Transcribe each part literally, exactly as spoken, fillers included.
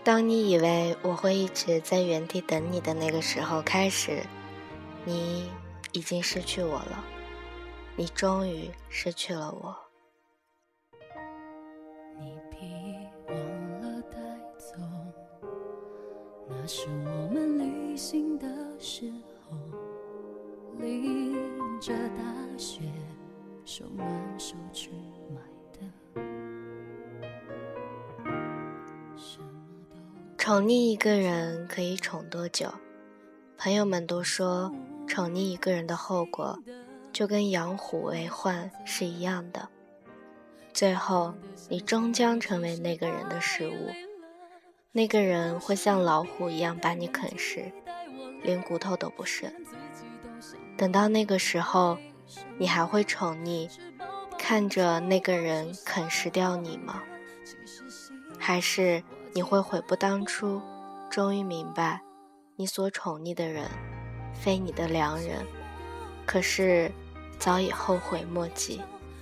当你以为我会一直在原地等你的那个时候开始，你已经失去我了，你终于失去了我。 你别忘了带走，那是我们旅行的时候，淋着大雪，手挽手去买的。 宠溺一个人可以宠多久？朋友们都说，宠溺一个人的后果就跟养虎为患是一样的，最后你终将成为那个人的食物，那个人会像老虎一样把你啃食，连骨头都不剩。等到那个时候，你还会宠溺看着那个人啃食掉你吗？还是你会悔不当初，终于明白你所宠溺的人非你的良人，可是早已后悔莫及。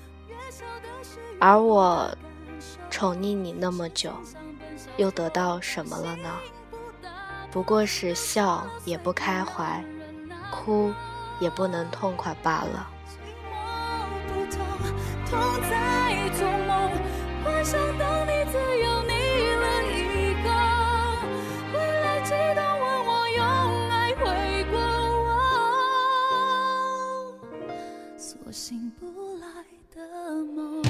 而我宠溺你那么久，又得到什么了呢？不过是笑也不开怀，哭也不能痛快罢了。 痛在做梦，幻想到你自由你了一个，未来激动问我用爱回过我，索性不来的梦。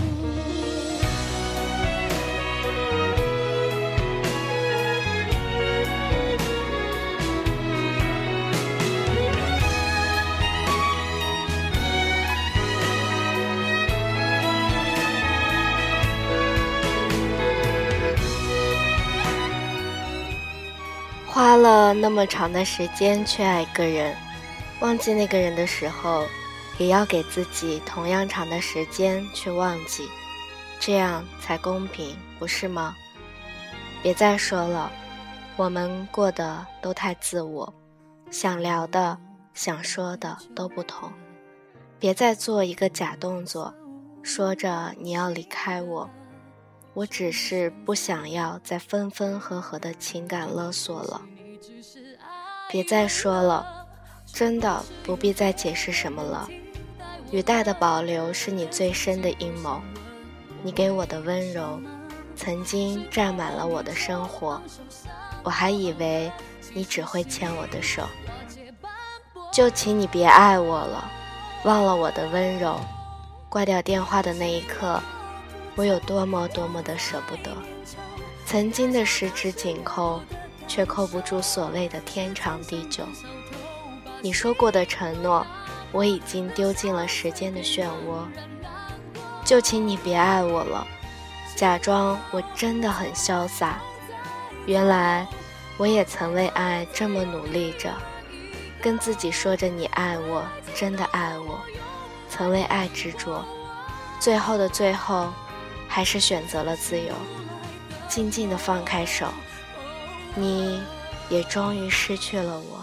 花了那么长的时间去爱一个人，忘记那个人的时候，也要给自己同样长的时间去忘记，这样才公平，不是吗？别再说了，我们过得都太自我，想聊的想说的都不同，别再做一个假动作，说着你要离开我。我只是不想要再分分合合的情感勒索了。别再说了，真的不必再解释什么了。语带的保留是你最深的阴谋。你给我的温柔，曾经占满了我的生活，我还以为你只会牵我的手。就请你别爱我了，忘了我的温柔。挂掉电话的那一刻，我有多么多么的舍不得，曾经的十指紧扣，却扣不住所谓的天长地久。你说过的承诺，我已经丢进了时间的漩涡。就请你别爱我了，假装我真的很潇洒。原来我也曾为爱这么努力着，跟自己说着你爱我，真的爱我，曾为爱执着，最后的最后还是选择了自由，静静地放开手，你也终于失去了我。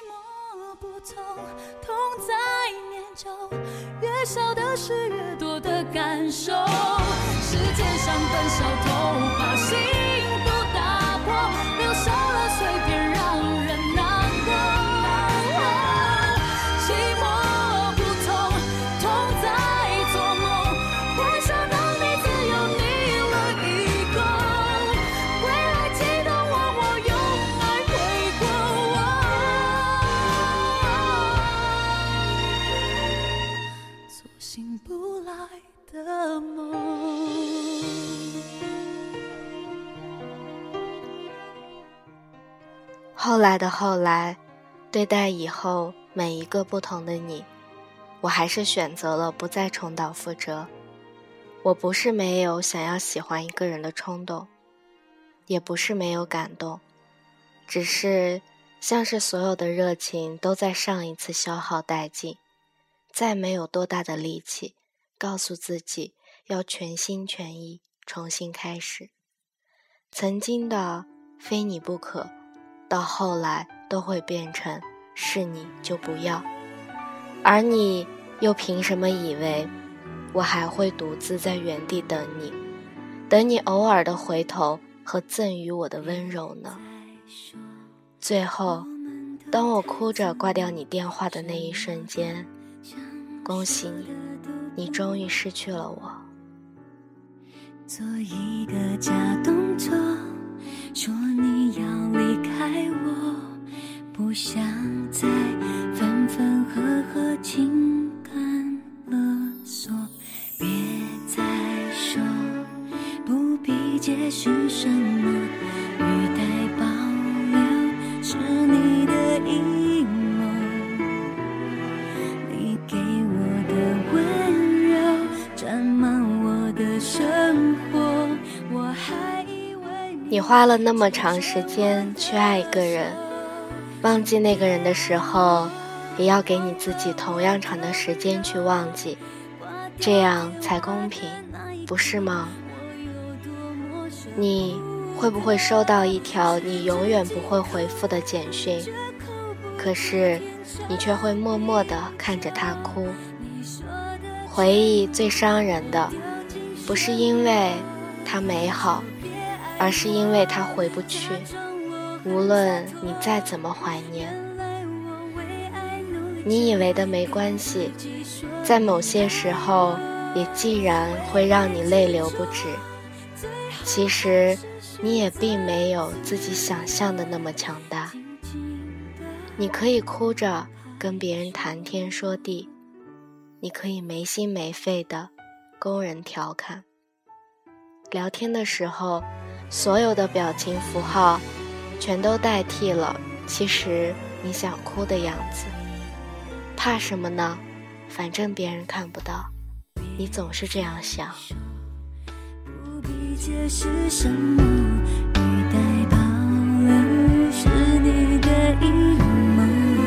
痛在念旧，越少的事越多的感受，时间像本小偷，把心都打破，留下了碎片让人难过。寂寞不痛，痛在做梦，幻想到你自由你了一个，未来激动问我用爱回过我，索性不来的梦。 后来的后来，对待以后每一个不同的你，我还是选择了不再重蹈覆辙。我不是没有想要喜欢一个人的冲动，也不是没有感动，只是像是所有的热情都在上一次消耗殆尽，再没有多大的力气告诉自己要全心全意重新开始。曾经的非你不可，到后来都会变成是你就不要，而你又凭什么以为我还会独自在原地等你，等你偶尔的回头和赠予我的温柔呢？最后，当我哭着挂掉你电话的那一瞬间，恭喜你，你终于失去了我。 做一个假动作，说你要离开我，不想再分分合合情感勒索，别再说不必解释什么，语带保留是你的阴谋，你给我的温柔占满我的生活，我还以为你花了那么长时间去爱一个人，忘记那个人的时候，也要给你自己同样长的时间去忘记，这样才公平，不是吗？你会不会收到一条你永远不会回复的简讯，可是你却会默默地看着他哭？回忆最伤人的，不是因为它美好，而是因为它回不去，无论你再怎么怀念。你以为的没关系，在某些时候也既然会让你泪流不止，其实你也并没有自己想象的那么强大。你可以哭着跟别人谈天说地，你可以没心没肺的供人调侃，聊天的时候所有的表情符号全都代替了其实你想哭的样子。怕什么呢？反正别人看不到，你总是这样想。 不必解释什么，语带保留是你的阴谋，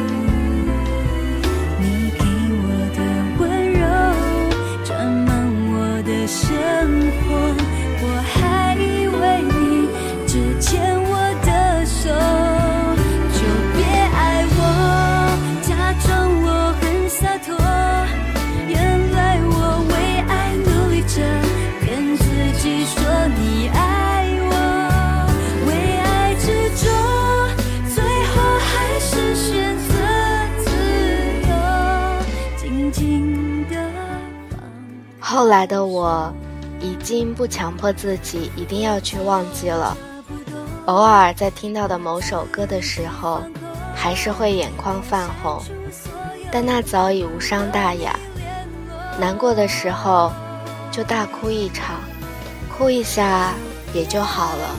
你给我的温柔占满我的生活，我还以为你只牵我的手，就别爱我，假装我很洒脱，原来我为爱努力着，骗自己说你爱我，为爱执着，最后还是选择自由，静静地放。 后来的我已经不强迫自己一定要去忘记了，偶尔在听到的某首歌的时候还是会眼眶泛红，但那早已无伤大雅。难过的时候就大哭一场，哭一下也就好了。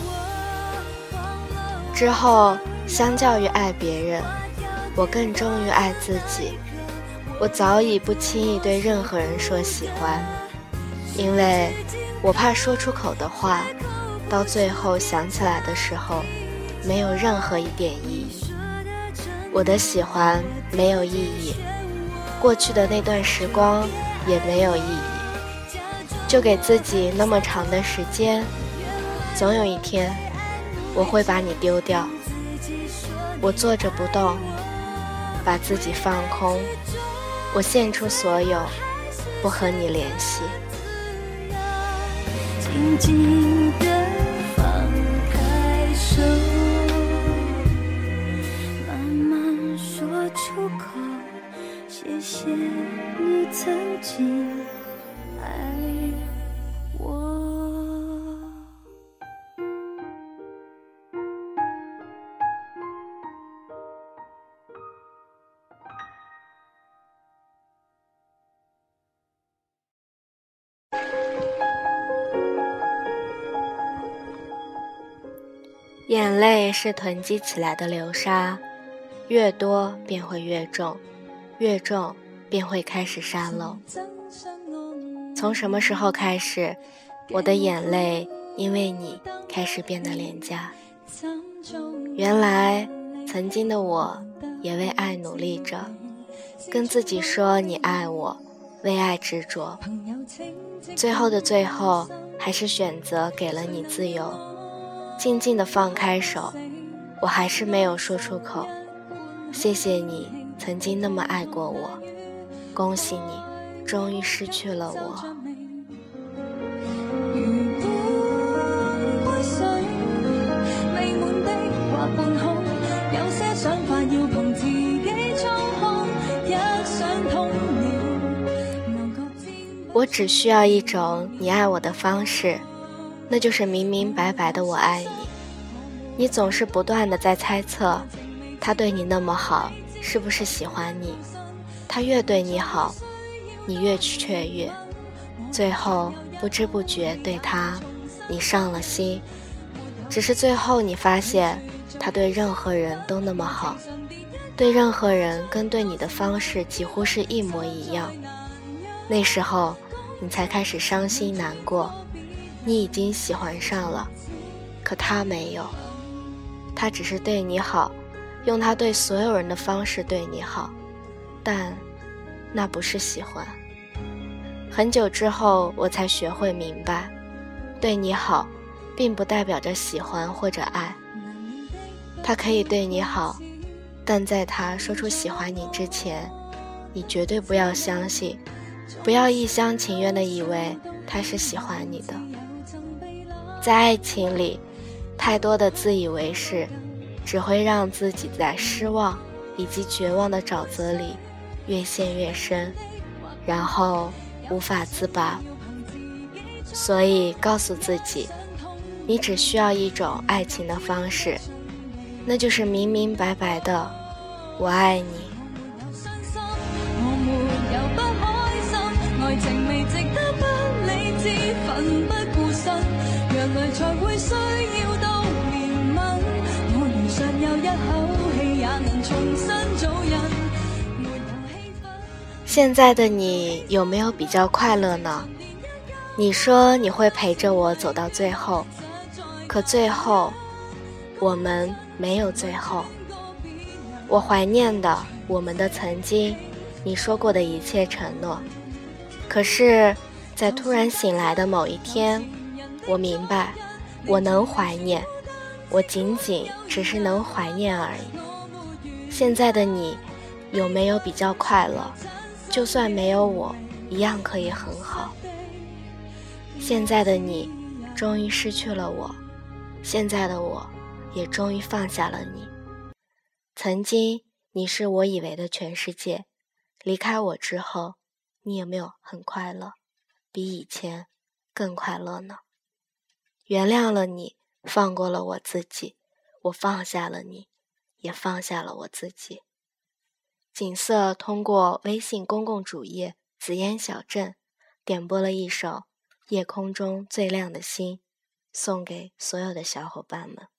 之后相较于爱别人，我更忠于爱自己。我早已不轻易对任何人说喜欢，因为我怕说出口的话到最后想起来的时候没有任何一点意义。我的喜欢没有意义，过去的那段时光也没有意义，就给自己那么长的时间，总有一天我会把你丢掉。我坐着不动，把自己放空，我献出所有，不和你联系。 静静地放开手，慢慢说出口，谢谢你曾经爱我。 眼泪是囤积起来的流沙，越多便会越重，越重便会开始沙漏。从什么时候开始，我的眼泪因为你开始变得廉价？原来曾经的我也为爱努力着，跟自己说你爱我，为爱执着，最后的最后还是选择给了你自由，静静地放开手，我还是没有说出口。谢谢你曾经那么爱过我，恭喜你终于失去了我。 如果會想我只需要一种你爱我的方式，那就是明明白白的我爱你。你总是不断的在猜测，他对你那么好，是不是喜欢你？他越对你好，你越雀跃，最后不知不觉对他，你上了心。只是最后你发现，他对任何人都那么好，对任何人跟对你的方式几乎是一模一样。那时候你才开始伤心难过，你已经喜欢上了，可他没有，他只是对你好，用他对所有人的方式对你好，但那不是喜欢。很久之后我才学会明白，对你好并不代表着喜欢或者爱。他可以对你好，但在他说出喜欢你之前，你绝对不要相信，不要一厢情愿地以为他是喜欢你的。在爱情里，太多的自以为是，只会让自己在失望以及绝望的沼泽里越陷越深，然后无法自拔。所以告诉自己，你只需要一种爱情的方式，那就是明明白白的我爱你。 我沒有不開心，愛情未值得不理智奮不顧身，原來才會需要到憐憫，我如尚有一口氣也能重新做人。 現在的你有沒有比較快樂呢？你說你會陪着我走到最後，可最後我們沒有最後。我懷念的我們的曾經，你說過的一切承諾，可是在突然醒來的某一天，我明白我能懷念，我僅僅只是能懷念而已。現在的你有沒有比較快樂？就算沒有我，一樣可以很好。現在的你終於失去了我，現在的我也終於放下了你。曾經你是我以為的全世界，離開我之後，你有沒有很快樂？比以前更快樂呢？原諒了你，放過了我自己，我放下了你，也放下了我自己。景色通過微信公共主頁紫煙小鎮點播了一首《夜空中最亮的星》，送給所有的小伙伴們。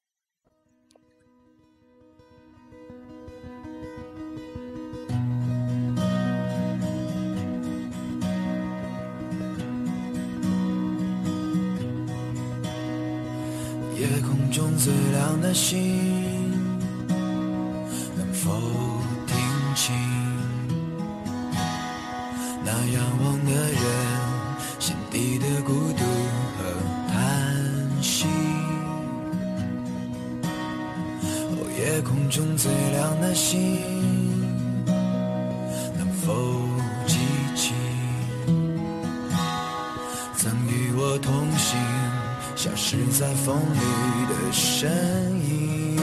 夜空中最亮的星，能否聽清那仰望的人心底的孤獨和嘆息？哦，夜空中最亮的星，能否記起曾與我同行消失在風裡的身影？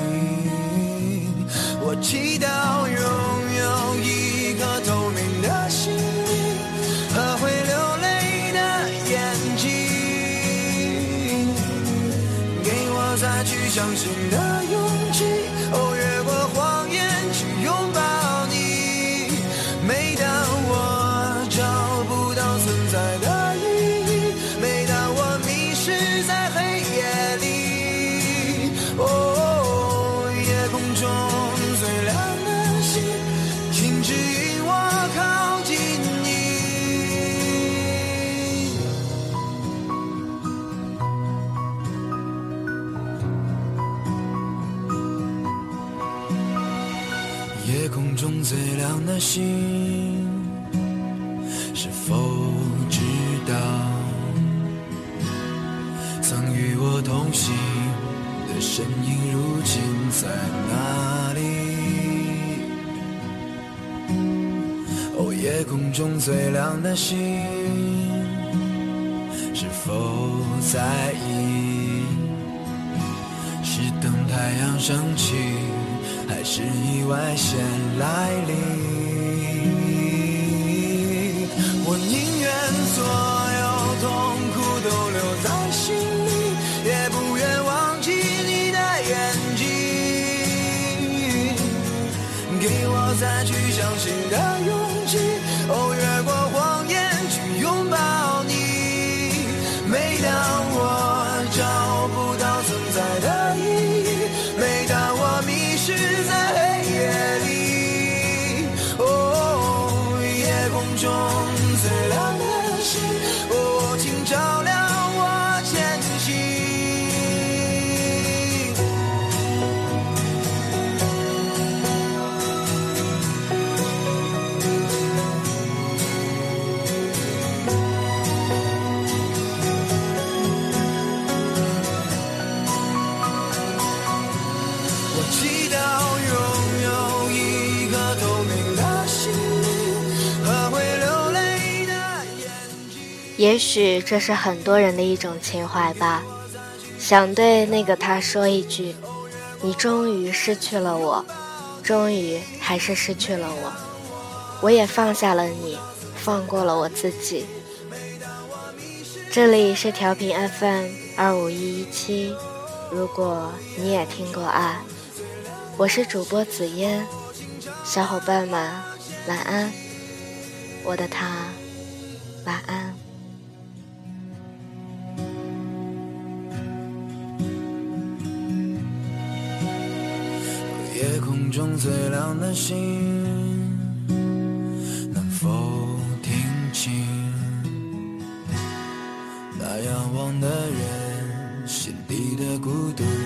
我祈禱擁有一顆透明的心靈和會流淚的眼睛，給我再去相信的勇氣，哦，越過謊言去擁抱你。每當我找不到存在的意義，每當我迷失在黑夜裡，哦，夜空中最亮的星，請指引我靠近你。夜空中最亮的星，是否知道曾與我同行的身影如今在哪裡？哦，夜空中最亮的星，是否在意？是等太陽升起，還是意外先來臨？我寧願做我再去相信的勇气，哦，越过谎言去拥抱你。每当我找不到存在的意义，每当我迷失在黑夜里，哦，夜空中最亮的星，哦，请照亮我前行。祈祷拥有一颗透明的心灵和会流泪的眼睛。 也许这是很多人的一种情怀吧，想对那个他说一句，你终于失去了我，终于还是失去了我，我也放下了你，放过了我自己。这里是调频 F M 二五一一七，如果你也听过爱，我是主播紫嫣，小伙伴们晚安，我的他晚安。 夜空中最亮的星，能否听清那仰望的人心底的孤独？